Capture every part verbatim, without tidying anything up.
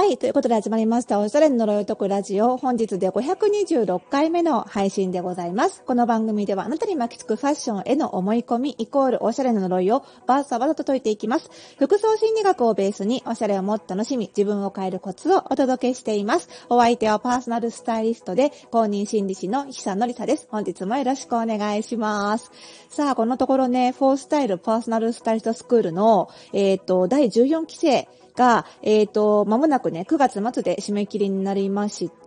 い。ということで始まりました。おしゃれの呪いを解くラジオ。本日でごひゃくにじゅうろっかいめの配信でございます。この番組ではあなたに巻きつくファッションへの思い込みイコールおしゃれの呪いをバーサバサと解いていきます。服装心理学をベースにおしゃれをもっと楽しみ、自分を変えるコツをお届けしています。お相手はパーソナルスタイリストで公認心理師の久野里沙です。本日もよろしくお願いします。さあ、このところね、フォースタイルパーソナルスタイリストスクールの、えっと、だいじゅうよんきせいが、えっと、まもなくね、くがつ末で締め切りになりまして、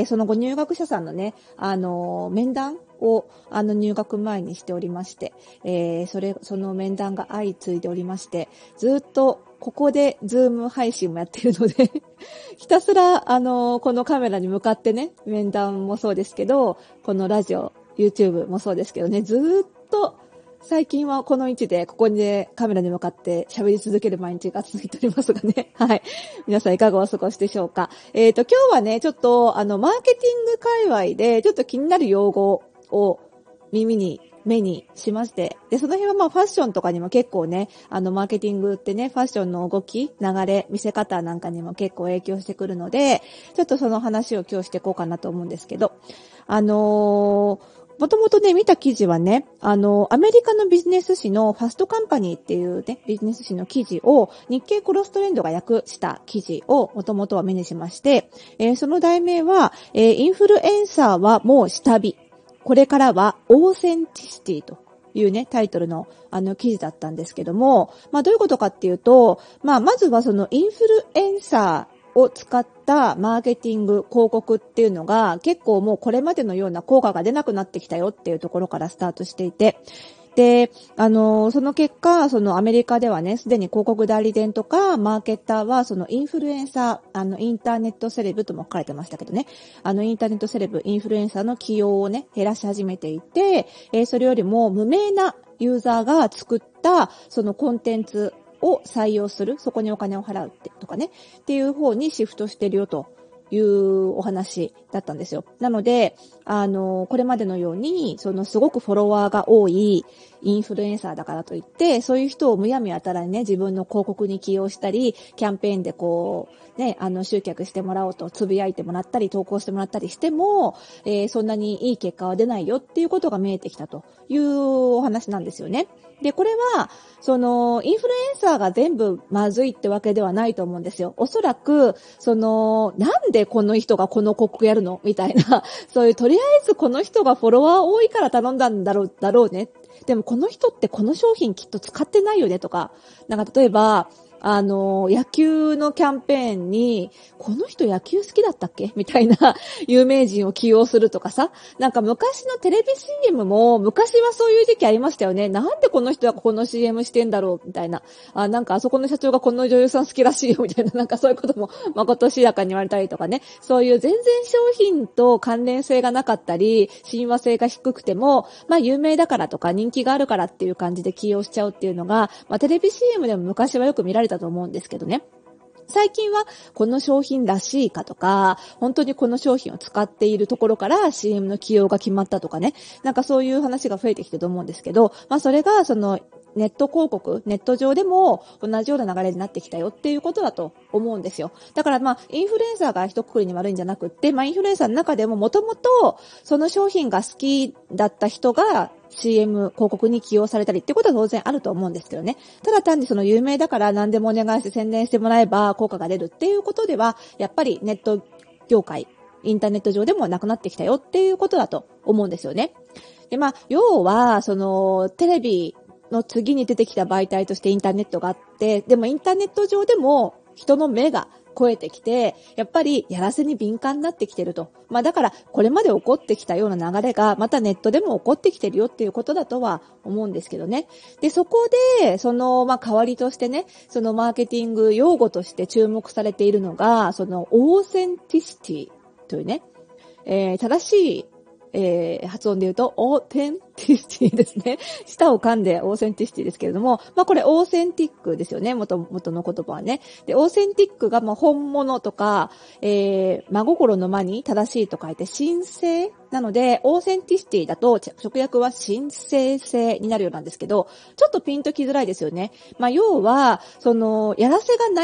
そのご入学者さんのね、あの、面談を、あの、入学前にしておりまして、えー、それ、その面談が相次いでおりまして、ずっと、ここで、ズーム配信もやっているので、ひたすら、あの、このカメラに向かってね、面談もそうですけど、このラジオ、YouTube もそうですけどね、ずーっと、最近はこの位置で、ここにね、カメラに向かって喋り続ける毎日が続いておりますがね。はい。皆さんいかがお過ごしでしょうか。えっと、今日はね、ちょっと、あの、マーケティング界隈で、ちょっと気になる用語を耳に、目にしまして。で、その辺はまあファッションとかにも結構ね、あの、マーケティングってね、ファッションの動き、流れ、見せ方なんかにも結構影響してくるので、ちょっとその話を今日していこうかなと思うんですけど、あのー、もともとね、見た記事はね、あの、アメリカのビジネス誌のファストカンパニーっていうね、ビジネス誌の記事を日経クロストレンドが訳した記事をもともとは目にしまして、えー、その題名は、えー、インフルエンサーはもう下火。これからはオーセンティシティというね、タイトルのあの記事だったんですけども、まあどういうことかっていうと、まあまずはそのインフルエンサー、を使ったマーケティング広告っていうのが結構もうこれまでのような効果が出なくなってきたよっていうところからスタートしていて、で、あの、その結果、そのアメリカではね、すでに広告代理店とかマーケッターはそのインフルエンサー、あの、インターネットセレブとも書かれてましたけどね、あの、インターネットセレブ、インフルエンサーの起用をね、減らし始めていて、えー、それよりも無名なユーザーが作ったそのコンテンツを採用する、そこにお金を払うってとかね、っていう方にシフトしてるよというお話だったんですよ。なので、あの、これまでのように、そのすごくフォロワーが多いインフルエンサーだからといって、そういう人をむやみやたらにね、自分の広告に起用したり、キャンペーンでこう、ね、あの、集客してもらおうとつぶやいてもらったり、投稿してもらったりしても、えー、そんなにいい結果は出ないよっていうことが見えてきたというお話なんですよね。で、これは、その、インフルエンサーが全部まずいってわけではないと思うんですよ。おそらく、その、なんでこの人がこの広告やるのみたいな、そういう、とりあえずこの人がフォロワー多いから頼んだんだろう、だろうね。でもこの人ってこの商品きっと使ってないよねとか、なんか例えば、あの、野球のキャンペーンに、この人野球好きだったっけみたいな有名人を起用するとかさ。なんか昔のテレビ シーエム も、昔はそういう時期ありましたよね。なんでこの人はこの シーエム してんだろうみたいな。あ、なんかあそこの社長がこの女優さん好きらしいよみたいな。なんかそういうことも誠しやかに言われたりとかね。そういう全然商品と関連性がなかったり、親和性が低くても、まあ有名だからとか人気があるからっていう感じで起用しちゃうっていうのが、まあテレビ シーエム でも昔はよく見られたと思うんですけどね。最近はこの商品らしいかとか、本当にこの商品を使っているところから シーエム の起用が決まったとかね、なんかそういう話が増えてきてると思うんですけど、まあそれがそのネット広告、ネット上でも同じような流れになってきたよっていうことだと思うんですよ。だからまあインフルエンサーが一括りに悪いんじゃなくって、まあインフルエンサーの中でももともとその商品が好きだった人がシーエム 広告に起用されたりってことは当然あると思うんですけどね。ただ単にその有名だから何でもお願いして宣伝してもらえば効果が出るっていうことでは、やっぱりネット業界、インターネット上でもなくなってきたよっていうことだと思うんですよね。で、まあ、要は、その、テレビの次に出てきた媒体としてインターネットがあって、でもインターネット上でも人の目が超えてきて、やっぱりやらせに敏感になってきてると。まあだからこれまで起こってきたような流れがまたネットでも起こってきてるよっていうことだとは思うんですけどね。で、そこで、その、まあ代わりとしてね、そのマーケティング用語として注目されているのが、そのオーセンティシティというね、えー、正しいえー、発音で言うと、オーテンティシティですね。舌を噛んでオーセンティシティですけれども、まあこれオーセンティックですよね。元、元の言葉はね。で、オーセンティックがまあ本物とか、えー、真心の間に正しいと書いて神聖なので、オーセンティシティだと直訳は神聖性になるようなんですけど、ちょっとピンときづらいですよね。まあ要は、その、やらせがない。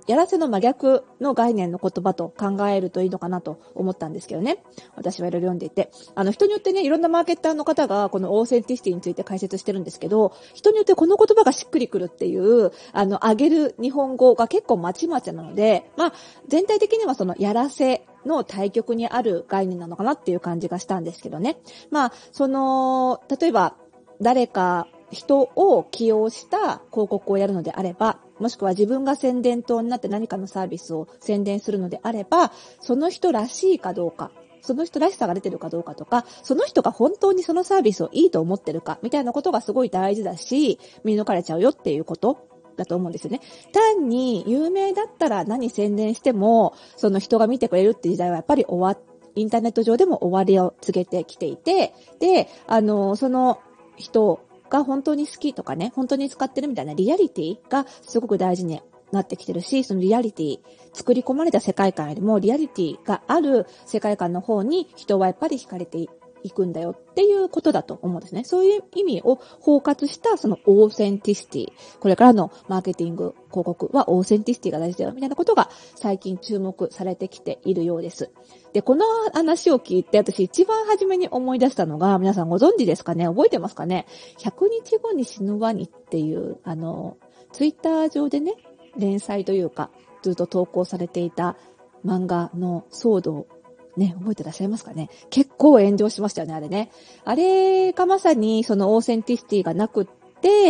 やらせの真逆の概念の言葉と考えるといいのかなと思ったんですけどね。私はいろいろ読んでいて。あの、人によってね、いろんなマーケッターの方がこのオーセンティシティについて解説してるんですけど、人によってこの言葉がしっくりくるっていう、あの、あげる日本語が結構まちまちなので、まあ、全体的にはそのやらせの対極にある概念なのかなっていう感じがしたんですけどね。まあ、その、例えば、誰か、人を起用した広告をやるのであれば、もしくは自分が宣伝塔になって何かのサービスを宣伝するのであれば、その人らしいかどうか、その人らしさが出てるかどうかとか、その人が本当にそのサービスをいいと思ってるか、みたいなことがすごい大事だし、見抜かれちゃうよっていうことだと思うんですよね。単に有名だったら何宣伝しても、その人が見てくれるっていう時代はやっぱり終わっインターネット上でも終わりを告げてきていて、で、あの、その人が本当に好きとかね、本当に使ってるみたいなリアリティがすごく大事になってきてるし、そのリアリティ、作り込まれた世界観よりもリアリティがある世界観の方に人はやっぱり惹かれていいくんだよっていうことだと思うんですね。そういう意味を包括したそのオーセンティシティ。これからのマーケティング広告はオーセンティシティが大事だよみたいなことが最近注目されてきているようです。で、この話を聞いて私一番初めに思い出したのが、皆さんご存知ですかね？覚えてますかね？ひゃくにちごに死ぬワニっていうあのツイッター上でね、連載というかずっと投稿されていた漫画の騒動ね、覚えてらっしゃいますかね？結構炎上しましたよね、あれね。あれがまさにそのオーセンティシティがなくって、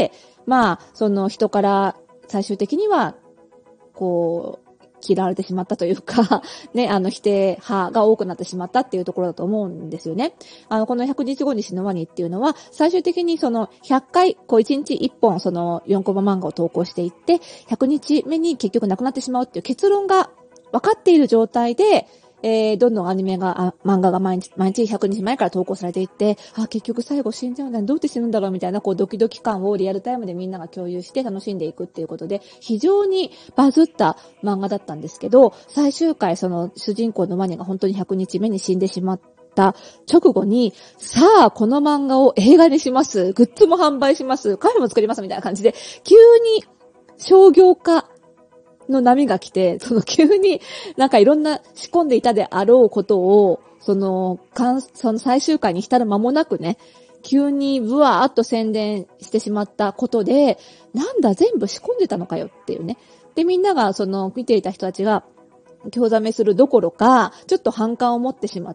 まあ、その人から最終的には、こう、嫌われてしまったというか、ね、あの否定派が多くなってしまったっていうところだと思うんですよね。あの、このひゃくにちごに死ぬワニっていうのは、最終的にそのひゃっかい、こういちにちいっぽんそのよんコマ漫画を投稿していって、ひゃくにちめに結局亡くなってしまうっていう結論が分かっている状態で、えー、どんどんアニメが、あ漫画が毎日、毎日ひゃくにちまえから投稿されていって、あ、結局最後死んじゃうんだ、どうやって死ぬんだろうみたいな、こうドキドキ感をリアルタイムでみんなが共有して楽しんでいくっていうことで、非常にバズった漫画だったんですけど、最終回その主人公のワニが本当にひゃくにちめに死んでしまった直後に、さあ、この漫画を映画にします、グッズも販売します、カフェも作りますみたいな感じで、急に商業化、の波が来て、その急になんかいろんな仕込んでいたであろうことを、その、その最終回に浸る間もなくね、急にブワーっと宣伝してしまったことで、なんだ全部仕込んでたのかよっていうね。で、みんながその見ていた人たちが、興ざめするどころか、ちょっと反感を持ってしまって、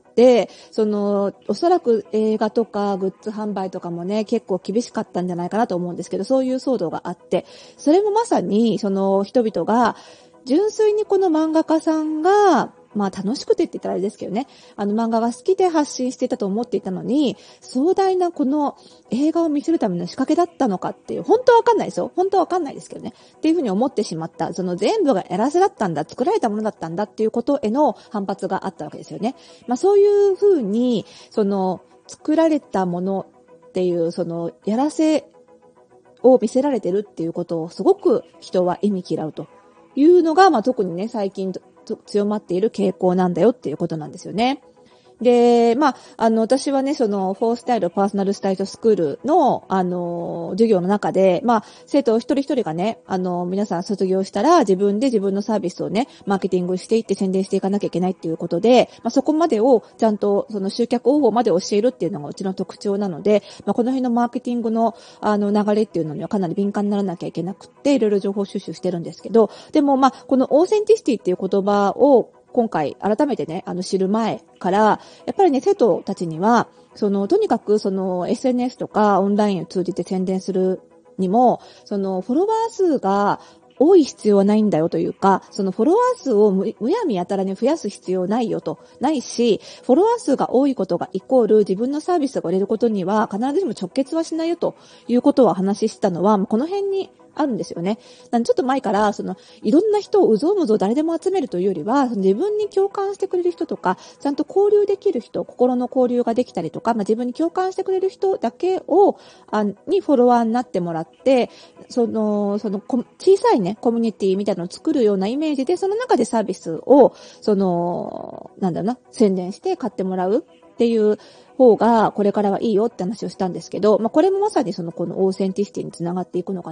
その、おそらく映画とかグッズ販売とかもね、結構厳しかったんじゃないかなと思うんですけど、そういう騒動があって、それもまさに、その人々が、純粋にこの漫画家さんが、まあ楽しくてって言ったらあれですけどね、あの漫画が好きで発信していたと思っていたのに、壮大なこの映画を見せるための仕掛けだったのかっていう、本当はわかんないですよ。本当はわかんないですけどね。っていうふうに思ってしまった。その全部がやらせだったんだ、作られたものだったんだっていうことへの反発があったわけですよね。まあそういうふうに、その作られたものっていう、そのやらせを見せられてるっていうことをすごく人は意味嫌うというのが、まあ特にね、最近強まっている傾向なんだよっていうことなんですよね。で、まあ、あの、私はね、その、フォースタイルパーソナルスタイルスクールの、あの、授業の中で、まあ、生徒一人一人がね、あの、皆さん卒業したら自分で自分のサービスをね、マーケティングしていって宣伝していかなきゃいけないっていうことで、まあ、そこまでをちゃんと、その集客応募まで教えるっていうのがうちの特徴なので、まあ、この辺のマーケティングの、あの、流れっていうのにはかなり敏感にならなきゃいけなくって、いろいろ情報収集してるんですけど、でも、まあ、このオーセンティシティっていう言葉を、今回改めてね、あの知る前から、やっぱりね、生徒たちには、その、とにかくその エスエヌエス とかオンラインを通じて宣伝するにも、そのフォロワー数が多い必要はないんだよというか、そのフォロワー数をむ、むやみやたらに増やす必要ないよと、ないし、フォロワー数が多いことがイコール自分のサービスが売れることには必ずしも直結はしないよということを話ししたのは、この辺にあるんですよね。なんでちょっと前から、その、いろんな人をうぞうむぞう誰でも集めるというよりは、その自分に共感してくれる人とか、ちゃんと交流できる人、心の交流ができたりとか、まあ、自分に共感してくれる人だけを、あにフォロワーになってもらって、その、その、小さいね、コミュニティみたいなのを作るようなイメージで、その中でサービスを、その、なんだろうな、宣伝して買ってもらうっていう方が、これからはいいよって話をしたんですけど、まあ、これもまさにその、このオーセンティシティにつながっていくのかなって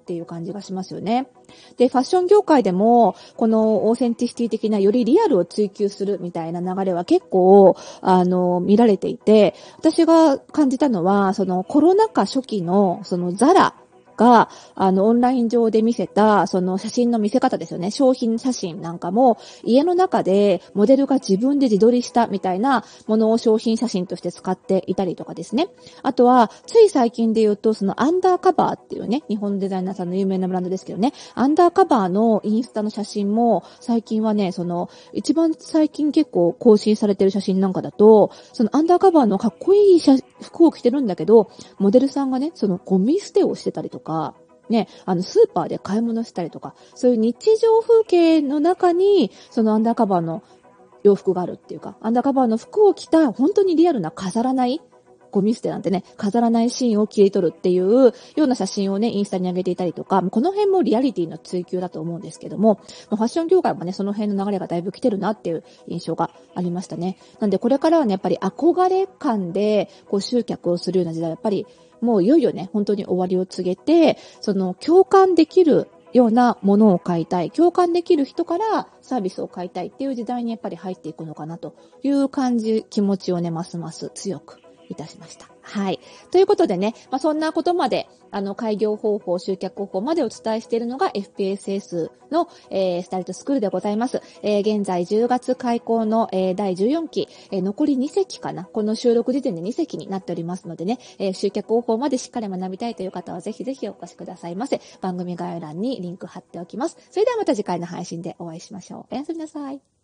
っていう感じがしますよね。で、ファッション業界でも、このオーセンティシティ的なよりリアルを追求するみたいな流れは結構、あの、見られていて、私が感じたのは、そのコロナ禍初期の、そのザラ、が、あの、オンライン上で見せた、その写真の見せ方ですよね。商品写真なんかも、家の中でモデルが自分で自撮りしたみたいなものを商品写真として使っていたりとかですね。あとは、つい最近で言うと、そのアンダーカバーっていうね、日本デザイナーさんの有名なブランドですけどね、アンダーカバーのインスタの写真も、最近はね、その、一番最近結構更新されてる写真なんかだと、そのアンダーカバーのかっこいい服を着てるんだけど、モデルさんがね、そのゴミ捨てをしてたりとか、ね、あの、スーパーで買い物したりとか、そういう日常風景の中に、そのアンダーカバーの洋服があるっていうか、アンダーカバーの服を着た、本当にリアルな飾らない、ゴミ捨てなんてね、飾らないシーンを切り取るっていうような写真をね、インスタに上げていたりとか、この辺もリアリティの追求だと思うんですけども、ファッション業界もね、その辺の流れがだいぶ来てるなっていう印象がありましたね。なんでこれからはね、やっぱり憧れ感で、こう集客をするような時代、やっぱりもういよいよね、本当に終わりを告げて、その共感できるようなものを買いたい、共感できる人からサービスを買いたいっていう時代にやっぱり入っていくのかなという感じ、気持ちをね、ますます強くいたしました。はい。ということでね、まあ、そんなことまで、あの、開業方法、集客方法までお伝えしているのが エフピーエスエス の、えー、スタイルトスクールでございます。えー、現在じゅうがつ開講の、えー、だいじゅうよんき、えー、残りにせきかな。この収録時点でにせきになっておりますのでね、えー、集客方法までしっかり学びたいという方はぜひぜひお越しくださいませ。番組概要欄にリンク貼っておきます。それではまた次回の配信でお会いしましょう。おやすみなさい。